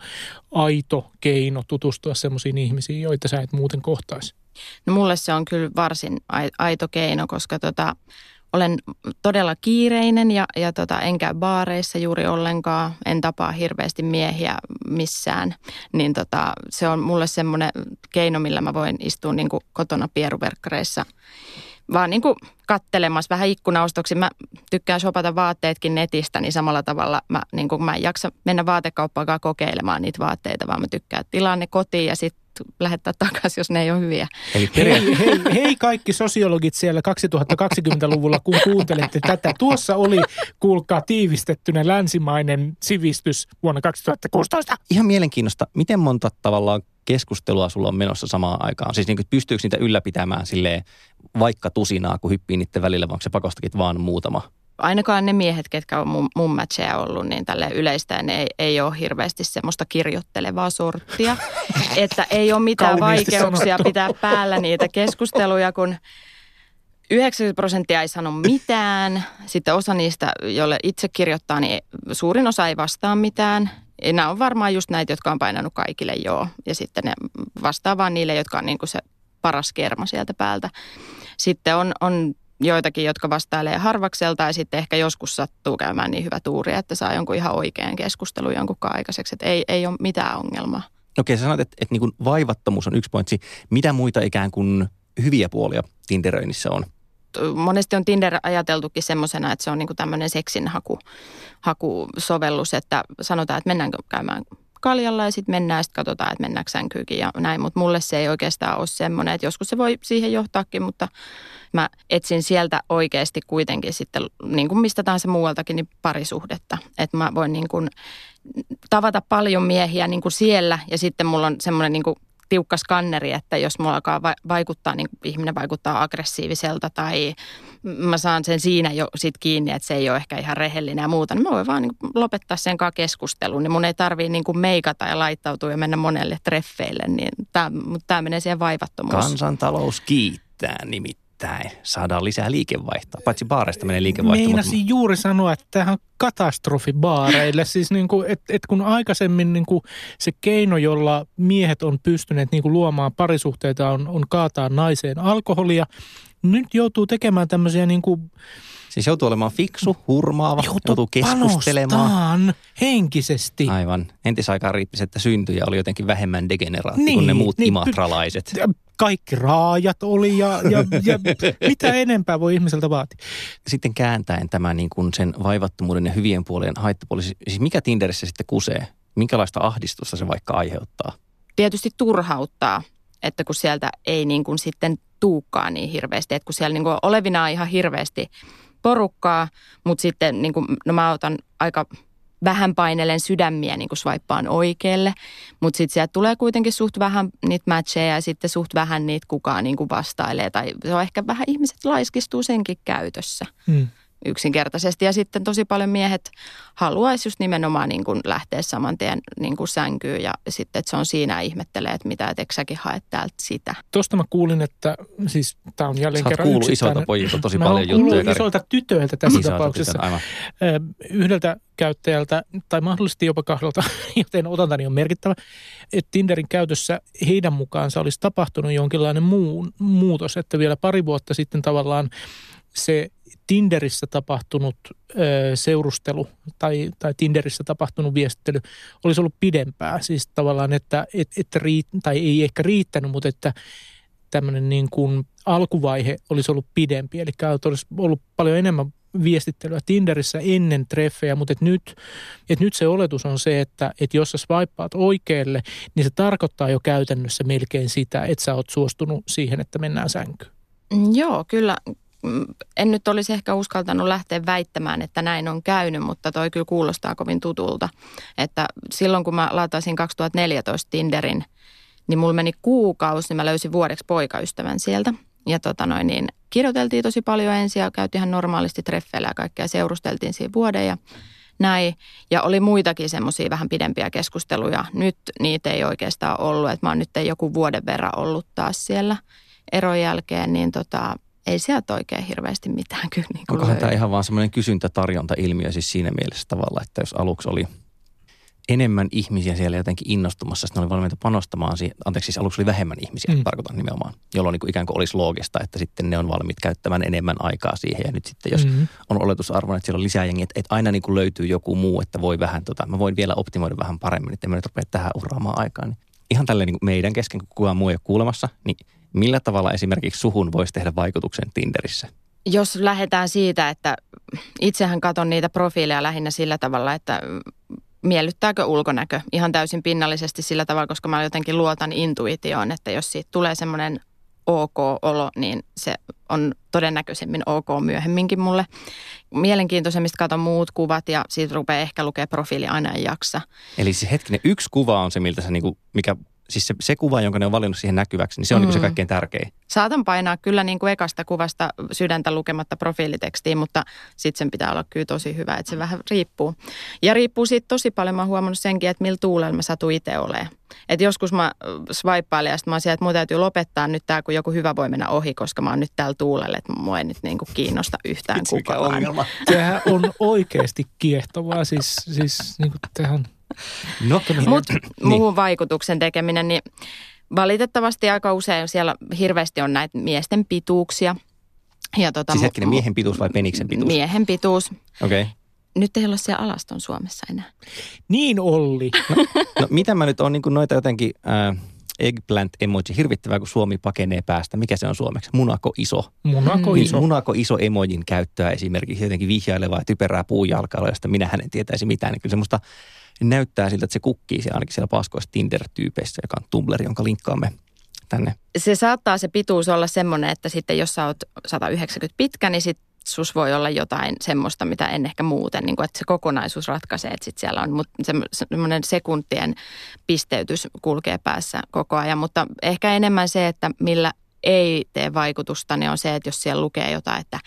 Speaker 3: aito keino tutustua semmoisiin ihmisiin, joita sä et muuten kohtaisi?
Speaker 1: No mulle se on kyllä varsin aito keino, koska tota, olen todella kiireinen ja, ja tota, en käy baareissa juuri ollenkaan, en tapaa hirveästi miehiä missään, niin tota, se on mulle semmoinen keino, millä mä voin istua niin kuin kotona pieruverkkareissa vaan niin kuin kattelemassa vähän ikkunaostoksi. Mä tykkään shopata vaatteetkin netistä, niin samalla tavalla mä, niin kuin mä en jaksa mennä vaatekauppaakaan kokeilemaan niitä vaatteita, vaan mä tykkään tilaa ne kotiin ja sitten lähettää takaisin, jos ne ei ole hyviä.
Speaker 3: Eli hei, hei, hei kaikki sosiologit siellä kaksituhattakaksikymmentäluvulla, kun kuuntelette tätä. Tuossa oli, kuulkaa, tiivistettynä länsimainen sivistys vuonna kaksituhattakuusitoista.
Speaker 2: Ihan mielenkiinnosta, miten monta tavallaan keskustelua sulla on menossa samaan aikaan? Siis niin kuin, pystyykö niitä ylläpitämään silleen vaikka tusinaa, kun hyppii niiden välillä, vaan se pakostakin vaan muutama?
Speaker 1: Ainakaan ne miehet, ketkä on mun, mun matcheja ollut, niin tälleen yleistäen ei, ei ole hirveästi semmoista kirjoittelevaa sorttia. Että ei ole mitään Kauniisti vaikeuksia sanottu. Pitää päällä niitä keskusteluja, kun yhdeksänkymmentä prosenttia ei sano mitään. Sitten osa niistä, joille itse kirjoittaa, niin suurin osa ei vastaa mitään. Nämä on varmaan just näitä, jotka on painanut kaikille joo. Ja sitten ne vastaa vaan niille, jotka on niin kuin se paras kerma sieltä päältä. Sitten on, on joitakin, jotka vastailee harvakselta ja sitten ehkä joskus sattuu käymään niin hyvä tuuri, että saa jonkun ihan oikean keskustelun jonkunkaan aikaiseksi. Että ei, ei ole mitään ongelmaa. Okei,
Speaker 2: sä sanoit, että, että niin kuin vaivattomuus on yksi pointsi. Mitä muita ikään kuin hyviä puolia Tinderöinnissä on?
Speaker 1: Monesti on Tinder ajateltukin semmoisena, että se on niin kuin tämmöinen seksin haku, hakusovellus, että sanotaan, että mennäänkö käymään kaljalla ja sitten mennään ja sitten katsotaan, että mennäänkö sänkyykin ja näin. Mutta mulle se ei oikeastaan ole semmoinen, että joskus se voi siihen johtaakin, mutta mä etsin sieltä oikeasti kuitenkin sitten, niin kuin mistä tahansa muualtakin, niin parisuhdetta. Että mä voin niin kuin tavata paljon miehiä niin kuin siellä ja sitten mulla on semmoinen niin kuin tiukka skanneri, että jos mulla alkaa vaikuttaa, niin ihminen vaikuttaa aggressiiviselta tai mä saan sen siinä jo sit kiinni, että se ei ole ehkä ihan rehellinen ja muuta, niin mä voin vaan niin lopettaa sen kanssa keskustelun. Niin mun ei tarvitse niin meikata ja laittautua ja mennä monelle treffeille, niin tää, mutta tämä menee siihen vaivattomuus.
Speaker 2: Kansantalous kiittää nimittäin. Saadaan lisää liikevaihtoa. Paitsi baareista menee liikevaihto.
Speaker 3: Meinasin mutta juuri sanoa, että tämähän on katastrofi baareille. Siis niin kuin, että et kun aikaisemmin niin kuin se keino, jolla miehet on pystyneet niin kuin luomaan parisuhteita, on, on kaataa naiseen alkoholia. Nyt joutuu tekemään tämmöisiä niin kuin
Speaker 2: siis joutuu olemaan fiksu, hurmaava, joutuu, joutuu keskustelemaan.
Speaker 3: Henkisesti.
Speaker 2: Aivan. Entisaikaan riippisi, että syntyjä oli jotenkin vähemmän degeneraatti niin, kuin ne muut niin, imatralaiset.
Speaker 3: Kaikki raajat oli ja, ja, ja mitä enempää voi ihmiseltä vaatia.
Speaker 2: Sitten kääntäen tämä niin kuin sen vaivattomuuden ja hyvien puolien haittapuoli. Siis mikä Tinderissä sitten kusee? Minkälaista ahdistusta se vaikka aiheuttaa?
Speaker 1: Tietysti turhauttaa, että kun sieltä ei niin kuin sitten tuukaan niin hirveästi. Että kun siellä niin kuin olevina on ihan hirveästi porukkaa, mutta sitten niin kuin, no mä otan aika vähän painelen sydämiä niin kuin swipaan oikealle, mutta sitten sieltä tulee kuitenkin suht vähän niitä matcheja ja sitten suht vähän niitä kukaan niin kuin vastailee. Tai se on ehkä vähän ihmiset laiskistuu senkin käytössä. Hmm. Yksinkertaisesti. Ja sitten tosi paljon miehet haluaisi just nimenomaan niin kuin lähteä saman tien niin kuin sänkyyn ja sitten, että se on siinä ihmettelee, että mitä, että eikö säkin haet täältä sitä.
Speaker 3: Tuosta mä kuulin, että siis tämä on jälleen
Speaker 2: kerran
Speaker 3: yksittäinen.
Speaker 2: Sä oot kuullut isolta pojilta tosi
Speaker 3: mä
Speaker 2: paljon juttuja.
Speaker 3: Mä isolta tytöiltä tässä Isolta tapauksessa. Tytön, aivan. Yhdeltä käyttäjältä tai mahdollisesti jopa kahdelta, joten otantani on merkittävä, että Tinderin käytössä heidän mukaansa olisi tapahtunut jonkinlainen muu, muutos, että vielä pari vuotta sitten tavallaan se Tinderissä tapahtunut ö, seurustelu tai, tai Tinderissä tapahtunut viestittely olisi ollut pidempää. Siis tavallaan, että, et, että riit, tai ei ehkä riittänyt, mutta että tämmöinen niin kuin alkuvaihe olisi ollut pidempi. Eli olisi ollut paljon enemmän viestittelyä Tinderissä ennen treffejä, mutta et nyt, et nyt se oletus on se, että et jos sä swipeaat oikealle, niin se tarkoittaa jo käytännössä melkein sitä, että sä oot suostunut siihen, että mennään sänkyyn.
Speaker 1: Joo, kyllä. En nyt olisi ehkä uskaltanut lähteä väittämään, että näin on käynyt, mutta toi kyllä kuulostaa kovin tutulta. Että silloin kun mä lataisin kaksituhattaneljätoista Tinderin, niin mulla meni kuukausi, niin mä löysin vuodeksi poikaystävän sieltä. Ja tota noin, niin kirjoiteltiin tosi paljon ensin ja käytiin ihan normaalisti treffeillä ja kaikkea. Seurusteltiin siinä vuoden ja näin. Ja oli muitakin semmoisia vähän pidempiä keskusteluja. Nyt niitä ei oikeastaan ollut. Että mä oon nyt joku vuoden verran ollut taas siellä eron jälkeen, niin tota, ei sieltä oikein hirveästi mitään kyllä niin
Speaker 2: Onkohan tämä ihan vaan semmoinen kysyntä-tarjonta-ilmiö siis siinä mielessä tavalla, että jos aluksi oli enemmän ihmisiä siellä jotenkin innostumassa, sitten ne oli valmiita panostamaan siihen. Anteeksi, siis aluksi oli vähemmän ihmisiä, mm. tarkoitan nimenomaan, jolloin niin kuin ikään kuin olisi loogista, että sitten ne on valmiit käyttämään enemmän aikaa siihen. Ja nyt sitten, jos mm-hmm. on oletusarvona, että siellä on lisää jengiä, että, että aina niin kuin löytyy joku muu, että voi vähän, tota, mä voin vielä optimoida vähän paremmin, että mä nyt rupea tähän uhraamaan aikaa. Niin ihan tälleen niin kuin meidän kesken, kun kukaan muu ei ole kuulemassa, niin millä tavalla esimerkiksi suhun voisi tehdä vaikutuksen Tinderissä?
Speaker 1: Jos lähdetään siitä, että itsehän katon niitä profiileja lähinnä sillä tavalla, että miellyttääkö ulkonäkö ihan täysin pinnallisesti sillä tavalla, koska mä jotenkin luotan intuitioon, että jos siitä tulee semmoinen ok-olo, niin se on todennäköisemmin ok myöhemminkin mulle. Mielenkiintoisemmista katon muut kuvat ja siitä rupeaa ehkä lukea profiili aina en jaksa.
Speaker 2: Eli siis hetkinen, yksi kuva on se, miltä se niinku, mikä siis se, se kuva, jonka ne on valinnut siihen näkyväksi, niin se on mm. niin kuin se kaikkein tärkein.
Speaker 1: Saatan painaa kyllä niin kuin ekasta kuvasta sydäntä lukematta profiilitekstiin, mutta sitten sen pitää olla kyllä tosi hyvä, että se vähän riippuu. Ja riippuu siitä tosi paljon, mä oon huomannut senkin, että millä tuulella mä satun itse olemaan. Että joskus mä swipeilen ja sitten mä oon siellä, että mun täytyy lopettaa nyt tää, kun joku hyvä voi mennä ohi, koska mä oon nyt täällä tuulella, että mua ei nyt niin kuin kiinnosta yhtään kukaan.
Speaker 3: Sehän on oikeasti kiehtovaa, siis, siis niin kuin tehän...
Speaker 2: No,
Speaker 1: Mutta niin. Muuhun vaikutuksen tekeminen, niin valitettavasti aika usein siellä hirveästi on näitä miesten pituuksia.
Speaker 2: Ja tota, siis hetkinen, miehen pituus vai peniksen pituus?
Speaker 1: Miehen pituus.
Speaker 2: Okei. Okay.
Speaker 1: Nyt ei ole siellä alaston Suomessa enää.
Speaker 3: Niin Olli.
Speaker 2: No, no mitä mä nyt on niin kuin noita jotenkin äh, eggplant emoji, hirvittävää kun Suomi pakenee päästä. Mikä se on suomeksi? Munako iso.
Speaker 3: Munako
Speaker 2: niin,
Speaker 3: iso.
Speaker 2: Munako iso emojin käyttöä esimerkiksi jotenkin vihjailevaa ja typerää puujalkailua, josta minä hänen tietäisi mitään. Niin kyllä semmoista näyttää siltä, että se kukkii siellä ainakin siellä paskoissa Tinder-tyypeissä, joka on Tumblr, jonka linkkaamme tänne.
Speaker 1: Se saattaa se pituus olla semmoinen, että sitten jos sä oot sata yhdeksänkymmentä pitkä, niin sit sus voi olla jotain semmoista, mitä en ehkä muuten, niin kuin, että se kokonaisuus ratkaisee, että sitten siellä on mutta semmoinen sekuntien pisteytys kulkee päässä koko ajan, mutta ehkä enemmän se, että millä ei tee vaikutusta, niin on se, että jos siellä lukee jotain, että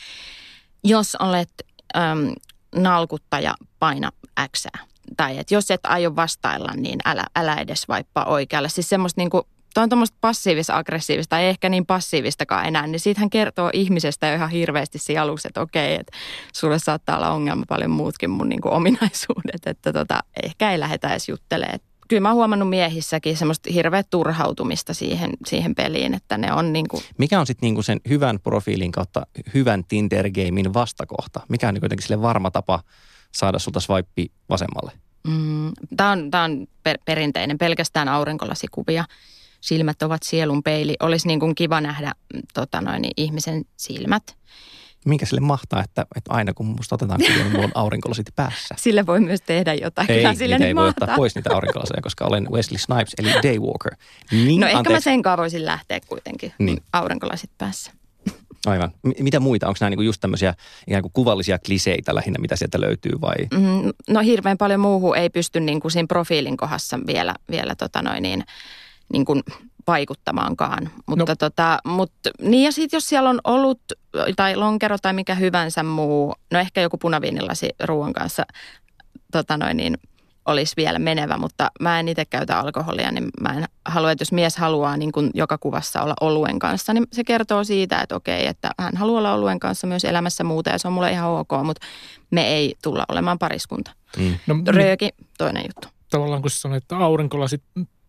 Speaker 1: jos olet äm, nalkuttaja, paina Xää. Tai että jos et aio vastailla, niin älä, älä edes vaippaa oikealle. Siis semmoista niin kuin, toi on tuommoista passiivis-aggressiivista, tai ei ehkä niin passiivistakaan enää, niin siitähän kertoo ihmisestä jo ihan hirveästi siinä aluksi, että okei, että sulle saattaa olla ongelma paljon muutkin mun niin kuin ominaisuudet, että tota, ehkä ei lähdetä edes juttelemaan. Kyllä mä oon huomannut miehissäkin semmoista hirveä turhautumista siihen, siihen peliin, että ne on niin kuin...
Speaker 2: Mikä on sitten niin sen hyvän profiilin kautta hyvän Tinder-gamein vastakohta? Mikä on niin jotenkin sille varma tapa saada sulta swipe vasemmalle?
Speaker 1: Mm, tämä on, tää on per, perinteinen, pelkästään aurinkolasikuva. Silmät ovat sielun peili. Olisi niin kuin kiva nähdä tota noin, ihmisen silmät.
Speaker 2: Minkä sille mahtaa, että, että aina kun musta otetaan kuvia, niin mulla on aurinkolasit päässä?
Speaker 1: Sille voi myös tehdä jotain.
Speaker 2: Ei,
Speaker 1: Kyllä, sille
Speaker 2: niitä ei
Speaker 1: mahtaa.
Speaker 2: voi ottaa pois niitä aurinkolaseja, koska olen Wesley Snipes, eli Daywalker. Niin,
Speaker 1: no ehkä
Speaker 2: anteeksi.
Speaker 1: mä senkaan voisin lähteä kuitenkin, niin. Aurinkolasit päässä.
Speaker 2: Aivan. M- mitä muita? Onko nämä niinku just tämmöisiä ikään kuin kuvallisia kliseitä lähinnä, mitä sieltä löytyy vai?
Speaker 1: Mm, no hirveän paljon muuhun ei pysty niin kuin siinä profiilin kohdassa vielä, vielä tota noin niin, niin kuin vaikuttamaankaan. Mutta no. tota, mut, niin ja sitten jos siellä on ollut tai lonkero tai mikä hyvänsä muu, no ehkä joku punaviinilasi ruoan kanssa tota noin niin, olisi vielä menevä, mutta mä en itse käytä alkoholia, niin mä en halua, että jos mies haluaa niin kuin joka kuvassa olla oluen kanssa, niin se kertoo siitä, että okei, että hän haluaa olla oluen kanssa myös elämässä muuta ja se on mulle ihan ok, mutta me ei tulla olemaan pariskunta. Mm. No, Rööki, toinen juttu.
Speaker 3: Tavallaan kun sanoit, että aurinkolasit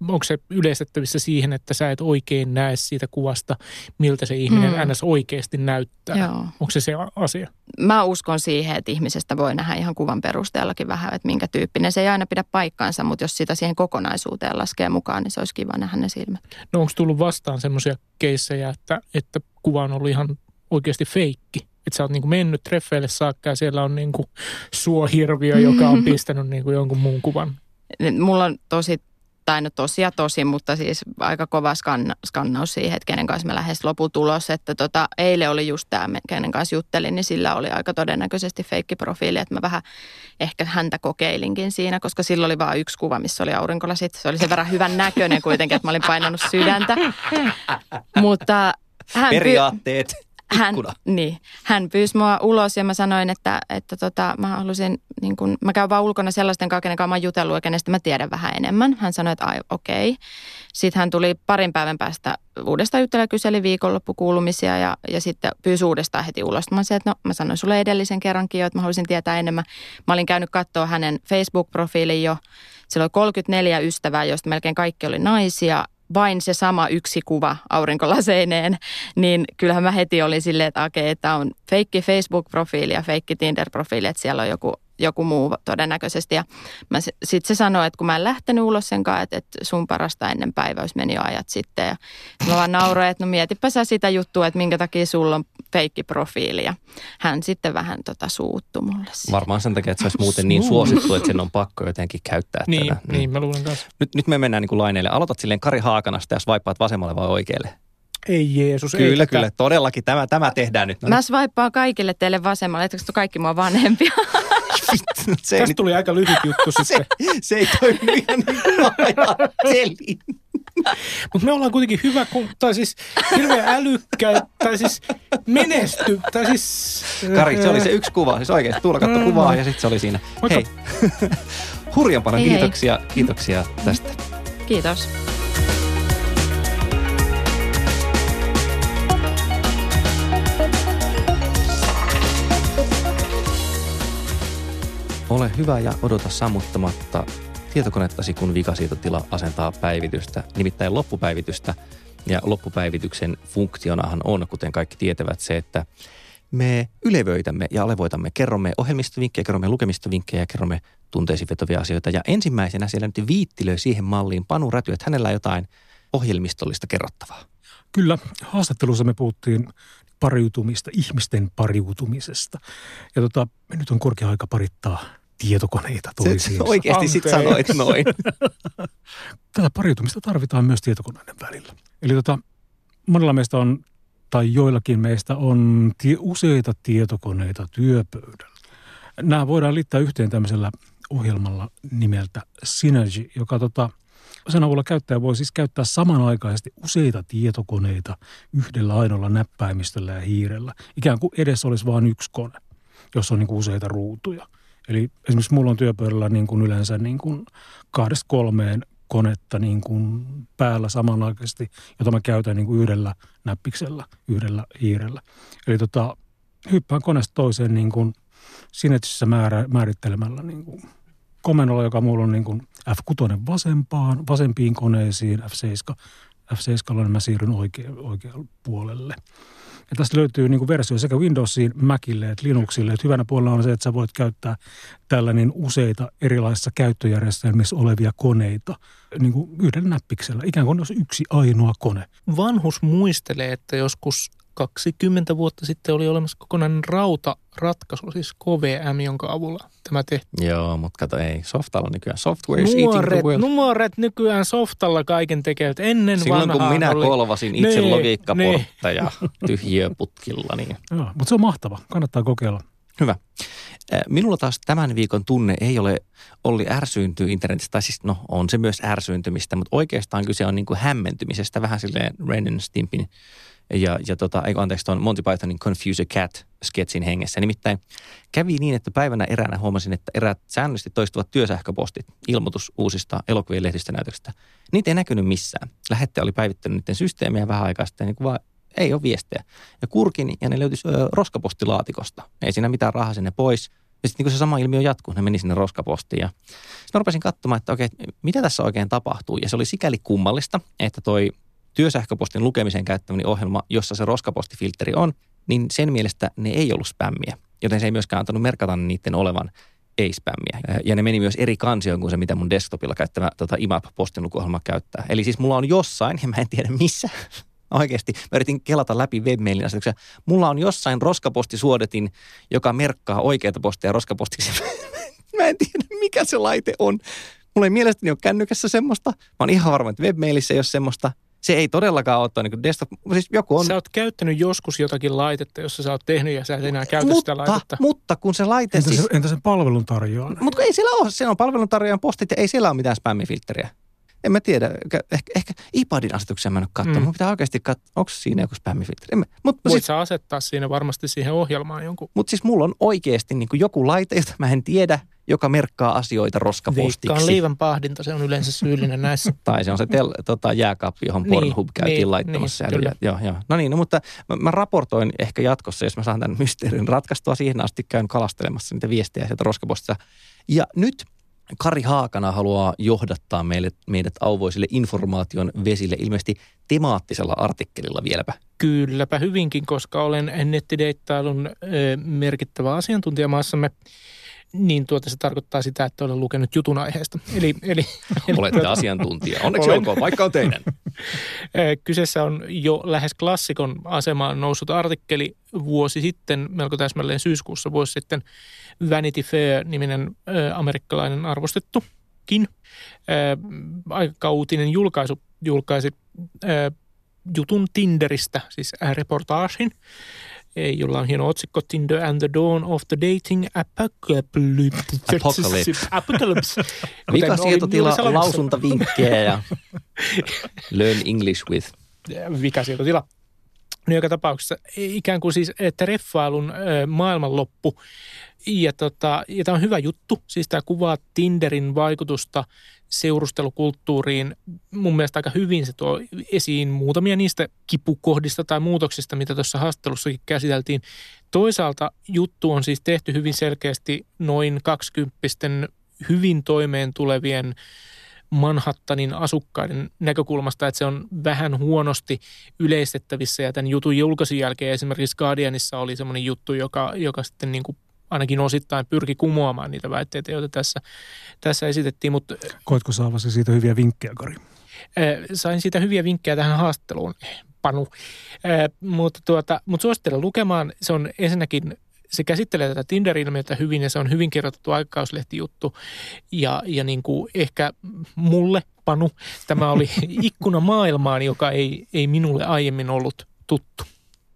Speaker 3: onko se yleistettävissä siihen, että sä et oikein näe siitä kuvasta, miltä se ihminen mm. ns. Oikeasti näyttää? Joo. Onko se se asia?
Speaker 1: Mä uskon siihen, että ihmisestä voi nähdä ihan kuvan perusteellakin vähän, että minkä tyyppinen. Se ei aina pidä paikkaansa, mutta jos sitä siihen kokonaisuuteen laskee mukaan, niin se olisi kiva nähdä ne silmät.
Speaker 3: No onko tullut vastaan semmoisia keissejä, että, että kuva on ollut ihan oikeasti feikki? Että sä oot niinku mennyt treffeille saakka ja siellä on niinku suohirviö, joka on pistänyt niinku jonkun muun kuvan.
Speaker 1: Mulla on tosi, tai no tosi ja tosi, mutta siis aika kova skanna, skannaus siihen, että kenen kanssa me lähes loputulos. Että tota, eilen oli just tämä, kenen kanssa juttelin, niin sillä oli aika todennäköisesti feikkiprofiili. Että mä vähän ehkä häntä kokeilinkin siinä, koska sillä oli vain yksi kuva, missä oli aurinkolasit. Se oli sen verran hyvän näköinen kuitenkin, että mä olin painanut sydäntä. Mutta hän
Speaker 2: periaatteet.
Speaker 1: Hän, niin, hän pyysi mua ulos ja mä sanoin, että, että tota, mä halusin, niin kun, mä käyn vaan ulkona sellaisten kanssa, kenen kanssa mä oon jutellut ja kenestä mä tiedän vähän enemmän. Hän sanoi, että ai okei. Okay. Sitten hän tuli parin päivän päästä uudestaan juttelemaan, kyseli viikonloppukuulumisia ja, ja sitten pyysi uudestaan heti ulos. Mä sanoin, että no mä sanoin sulle edellisen kerrankin jo, että mä haluaisin tietää enemmän. Mä olin käynyt katsoa hänen Facebook-profiilin jo. Siellä oli kolmekymmentäneljä ystävää, joista melkein kaikki oli naisia. Vain se sama yksi kuva aurinkolaseineen, niin kyllähän mä heti olin silleen, että okei, okay, tämä on feikki Facebook-profiili ja feikki Tinder-profiili, että siellä on joku, joku muu todennäköisesti. Ja sitten se sanoi, että kun mä en lähtenyt ulos sen kanssa, että, että sun parasta ennen päiväys meni jo ajat sitten. Ja mä vaan nauroin, että no mietipä sä sitä juttua, että minkä takia sulla on feikki-profiili. Ja hän sitten vähän tota suuttui mulle.
Speaker 2: Varmaan sen takia, että se olisi muuten niin suosittu, että sen on pakko jotenkin käyttää
Speaker 3: niin,
Speaker 2: tätä.
Speaker 3: Niin, mä luulen kanssa.
Speaker 2: Nyt, nyt me mennään niin kuin laineille. Aloitat silleen Kari Haakanasta ja swipeaat vasemmalle vai oikealle?
Speaker 3: Ei Jeesus,
Speaker 2: kyllä,
Speaker 3: ei
Speaker 2: Kyllä, tätä. Todellakin. Tämä, tämä tehdään nyt. No.
Speaker 1: Mä swipaan kaikille teille vasemmalle, että kaikki mua vanhempia.
Speaker 3: se Tästä nyt... tuli aika lyhyt juttu
Speaker 2: se,
Speaker 3: sitten.
Speaker 2: Se ei toimi ihan niin kuin ajattelin.
Speaker 3: Mutta me ollaan kuitenkin hyvä, tai siis hirveän älykkäitä, tai siis menesty, tai siis...
Speaker 2: Kari, se oli se yksi kuva, siis oikeasti Tuula katsoi mm. kuvaa ja sitten se oli siinä. Moikka. Hei, hurjan paljon hei, kiitoksia, hei. kiitoksia tästä.
Speaker 1: Kiitos.
Speaker 2: Ole hyvä ja odota sammuttamatta tietokonettasi, kun vikasiirtotila asentaa päivitystä, nimittäin loppupäivitystä. Ja loppupäivityksen funktionahan on, kuten kaikki tietävät, se, että me ylevöitämme ja alevoitamme, kerromme ohjelmistovinkkejä, kerromme lukemistovinkkejä, kerromme tunteisiin vetovia asioita. Ja ensimmäisenä siellä nyt viittilöi siihen malliin Panu Räty, että hänellä on jotain ohjelmistollista kerrottavaa.
Speaker 4: Kyllä, haastattelussa me puhuttiin pariutumista, ihmisten pariutumisesta. Ja tota, nyt on korkea aika parittaa tietokoneita toisiinsa.
Speaker 2: Oikeasti sit sanoit noin.
Speaker 4: Tätä pariutumista tarvitaan myös tietokoneiden välillä. Eli tota, monella meistä on, tai joillakin meistä on tie, useita tietokoneita työpöydällä. Nämä voidaan liittää yhteen tämmöisellä ohjelmalla nimeltä Synergy, joka tota, sen avulla käyttäjä voi siis käyttää samanaikaisesti useita tietokoneita yhdellä ainoalla näppäimistöllä ja hiirellä. Ikään kuin edes olisi vain yksi kone, jossa on niin kuin useita ruutuja. Eli esimerkiksi mulla on työpöydällä niin kuin yleensä niin kuin kahdesta kolmeen konetta niin kuin päällä samanaikaisesti, jota mä käytän niin kuin yhdellä näppiksellä, yhdellä hiirellä. Eli tota, hyppään koneesta toiseen niin kuin Synergyssä määrä, määrittelemällä niin kuin komennolla, joka mulla on niin kuin F kuusi vasempaan, vasempiin koneisiin, F seitsemän, F seitsemän, niin mä siirryn oikealle, oikealle puolelle. Ja tästä löytyy niin kuin versio sekä Windowsiin, Macille että Linuxille. Että hyvänä puolella on se, että sä voit käyttää tällainen useita erilaisissa käyttöjärjestelmissä olevia koneita niin kuin yhdellä näppiksellä. Ikään kuin olisi yksi ainoa kone.
Speaker 3: Vanhus muistelee, että joskus kaksikymmentä vuotta sitten oli olemassa kokonainen rautaratkaisu, siis K V M, jonka avulla tämä tehtiin.
Speaker 2: Joo, mutta kato ei. Softalla nykyään. Software is
Speaker 3: nuoret,
Speaker 2: eating the world.
Speaker 3: Nuoret nykyään softalla kaiken tekevät. Ennen
Speaker 2: silloin
Speaker 3: vanhaa
Speaker 2: kun minä
Speaker 3: oli...
Speaker 2: kolvasin itse nee, logiikkaportteja nee. tyhjiöputkilla. Niin.
Speaker 4: Joo, mutta se on mahtava. Kannattaa kokeilla.
Speaker 2: Hyvä. Minulla taas tämän viikon tunne ei ole Olli ärsyyntyy internetistä, tai siis no on se myös ärsyyntymistä, mutta oikeastaan kyse on niin kuin hämmentymisestä, vähän silleen Ren and Stimpin ja, ja tota, ei anteeksi tuon Monty Pythonin Confuse a Cat-sketsin hengessä. Nimittäin kävi niin, että päivänä eräänä huomasin, että eräät säännöllisesti toistuvat työsähköpostit, ilmoitus uusista elokuvien lehdistä näytöksistä, niitä ei näkynyt missään. Lähettäjä oli päivittänyt niiden systeemiä vähän aikaa sitten, niin kuin vaan ei ole viestejä. Ja kurkin, ja ne löytyisi ö, roskapostilaatikosta. Ei siinä mitään rahaa sinne pois. Ja sitten niin se sama ilmiö jatkuu, ne meni sinne roskapostiin ja sitten mä rupesin katsomaan, että okei, mitä tässä oikein tapahtuu. Ja se oli sikäli kummallista, että toi työsähköpostin lukemisen käyttämäni ohjelma, jossa se roskapostifiltteri on, niin sen mielestä ne ei ollut spämmiä, joten se ei myöskään antanut merkata niiden olevan ei-spämmiä. Ja ne meni myös eri kansioon kuin se, mitä mun desktopilla käyttämä tota, I M A P-postinlukuohjelma käyttää. Eli siis mulla on jossain, ja mä en tiedä missä, oikeasti, mä yritin kelata läpi webmailin asetuksia. Mulla on jossain roskapostisuodetin, joka merkkaa oikeita posteja roskapostiksi. Mä en tiedä, mikä se laite on. Mulla ei mielestäni ole kännykässä semmoista. Mä oon ihan varma, että webmailissa ei ole semmoista. Se ei todellakaan ole tuo niin desktop. Siis joku on.
Speaker 3: Sä oot käyttänyt joskus jotakin laitetta, jossa sä oot tehnyt ja sä et enää käytä
Speaker 2: mutta,
Speaker 3: sitä laitetta.
Speaker 2: Mutta kun se laite
Speaker 4: entä
Speaker 2: siis...
Speaker 4: Se, entä sen palveluntarjoaja?
Speaker 2: Mutta ei siellä ole. Se on palveluntarjoajan postit ja ei siellä ole mitään spämmifiltteriä. En mä tiedä. Ehkä, ehkä iPadin asetuksia mä en ole katsonut. Mm. Mun pitää oikeasti katsoa, onko siinä joku spämmifiltteri. Mut,
Speaker 3: Voit
Speaker 2: siis,
Speaker 3: sä asettaa siinä varmasti siihen ohjelmaan jonkun.
Speaker 2: Mutta siis mulla on oikeasti niin kuin joku laite, jota mä en tiedä, joka merkkaa asioita roskapostiksi.
Speaker 3: Veikkaan leivän pahdinta, se on yleensä syyllinen näissä.
Speaker 2: Tai se on se tel, tota, jääkaappi, johon niin, Pornhub käytiin niin, laittamassa. Niin, ja, joo, joo. No niin, no, mutta mä, mä raportoin ehkä jatkossa, jos mä saan tämän mysteerin ratkaistua. Siihen asti käyn kalastelemassa niitä viestejä sieltä roskapostista. Ja nyt Kari Haakana haluaa johdattaa meille, meidät auvoisille informaation vesille ilmeisesti temaattisella artikkelilla vieläpä.
Speaker 3: Kylläpä hyvinkin, koska olen nettideittailun ö, merkittävä asiantuntija maassamme. Niin tuota se tarkoittaa sitä, että olen lukenut jutun aiheesta. Eli, eli,
Speaker 2: Olette tuota, asiantuntija. Onneksi olen. Olkoon, vaikka on teidän.
Speaker 3: Kyseessä on jo lähes klassikon asemaan noussut artikkeli vuosi sitten, melko täsmälleen syyskuussa vuosi sitten. Vanity Fair-niminen ä, amerikkalainen arvostettukin ä, aikakauutinen julkaisu julkaisi ä, jutun Tinderistä, siis reportaasin, jolla on hieno otsikko Tinder and the Dawn of the Dating Apocalypse.
Speaker 2: Apocalypse.
Speaker 3: Apocalypse.
Speaker 2: Vikasietotila, lausuntavinkkejä ja learn English with.
Speaker 3: Vikasietotila. No joka tapauksessa ikään kuin siis treffailun äh, maailmanloppu. Ja, tota, ja tämä on hyvä juttu. Siis tämä kuvaa Tinderin vaikutusta seurustelukulttuuriin. Mun mielestä aika hyvin se tuo esiin muutamia niistä kipukohdista tai muutoksista, mitä tuossa haastattelussakin käsiteltiin. Toisaalta juttu on siis tehty hyvin selkeästi noin kaksikymppisten hyvin toimeen tulevien Manhattanin asukkaiden näkökulmasta, että se on vähän huonosti yleistettävissä. Ja tämän jutun julkaisun jälkeen esimerkiksi Guardianissa oli semmoinen juttu, joka, joka sitten niin kuin ainakin osittain pyrki kumoamaan niitä väitteitä, joita tässä, tässä esitettiin. Mutta
Speaker 4: koitko saavasi siitä hyviä vinkkejä, Kari?
Speaker 3: Sain siitä hyviä vinkkejä tähän haastatteluun, Panu. Mutta, tuota, mutta suosittelen lukemaan. Se on ensinnäkin, se käsittelee tätä Tinder-ilmiötä hyvin ja se on hyvin kirjoitettu aikakauslehtijuttu. Ja, ja niin kuin ehkä mulle, Panu, tämä oli ikkuna maailmaan, joka ei, ei minulle aiemmin ollut tuttu.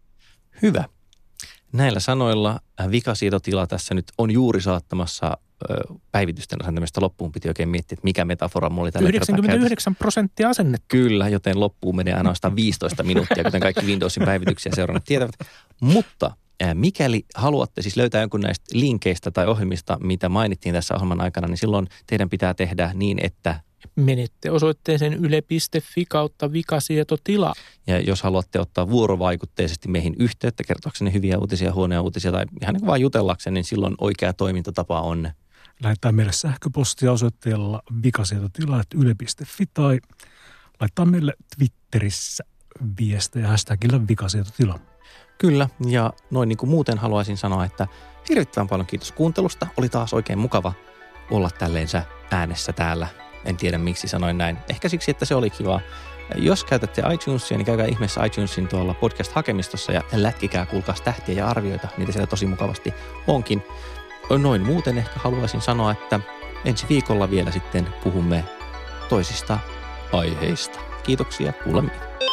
Speaker 2: Hyvä. Näillä sanoilla vikasietotila tässä nyt on juuri saattamassa ö, päivitysten asentamista loppuun. Piti oikein miettiä, että mikä metafora mulla oli tällä
Speaker 3: yhdeksänkymmentäyhdeksän prosenttia asennettu.
Speaker 2: Kyllä, joten loppuun menee ainoastaan viisitoista minuuttia, kuten kaikki Windowsin päivityksiä seurannut tietävät. Mutta ää, mikäli haluatte siis löytää jonkun näistä linkeistä tai ohjelmista, mitä mainittiin tässä ohjelman aikana, niin silloin teidän pitää tehdä niin, että
Speaker 3: menette osoitteeseen yle piste fi kautta vikasietotila.
Speaker 2: Ja jos haluatte ottaa vuorovaikutteisesti meihin yhteyttä, kertoakseni hyviä uutisia, huonoja uutisia tai ihan niin vaan jutellakseni, niin silloin oikea toimintatapa on
Speaker 4: lähettää meille sähköpostia osoitteella vikasietotila piste yle piste fi tai laittaa meille Twitterissä viestejä hashtagillä vikasietotila.
Speaker 2: Kyllä, ja noin niin kuin muuten haluaisin sanoa, että hirvittävän paljon kiitos kuuntelusta. Oli taas oikein mukava olla tälleensä äänessä täällä. En tiedä, miksi sanoin näin. Ehkä siksi, että se oli kivaa. Jos käytätte iTunesia, niin käykää ihmeessä iTunesin tuolla podcast-hakemistossa ja lätkikää, kuulkaa tähtiä ja arvioita. Niitä siellä tosi mukavasti onkin. Noin muuten ehkä haluaisin sanoa, että ensi viikolla vielä sitten puhumme toisista aiheista. Kiitoksia, kuulemiin.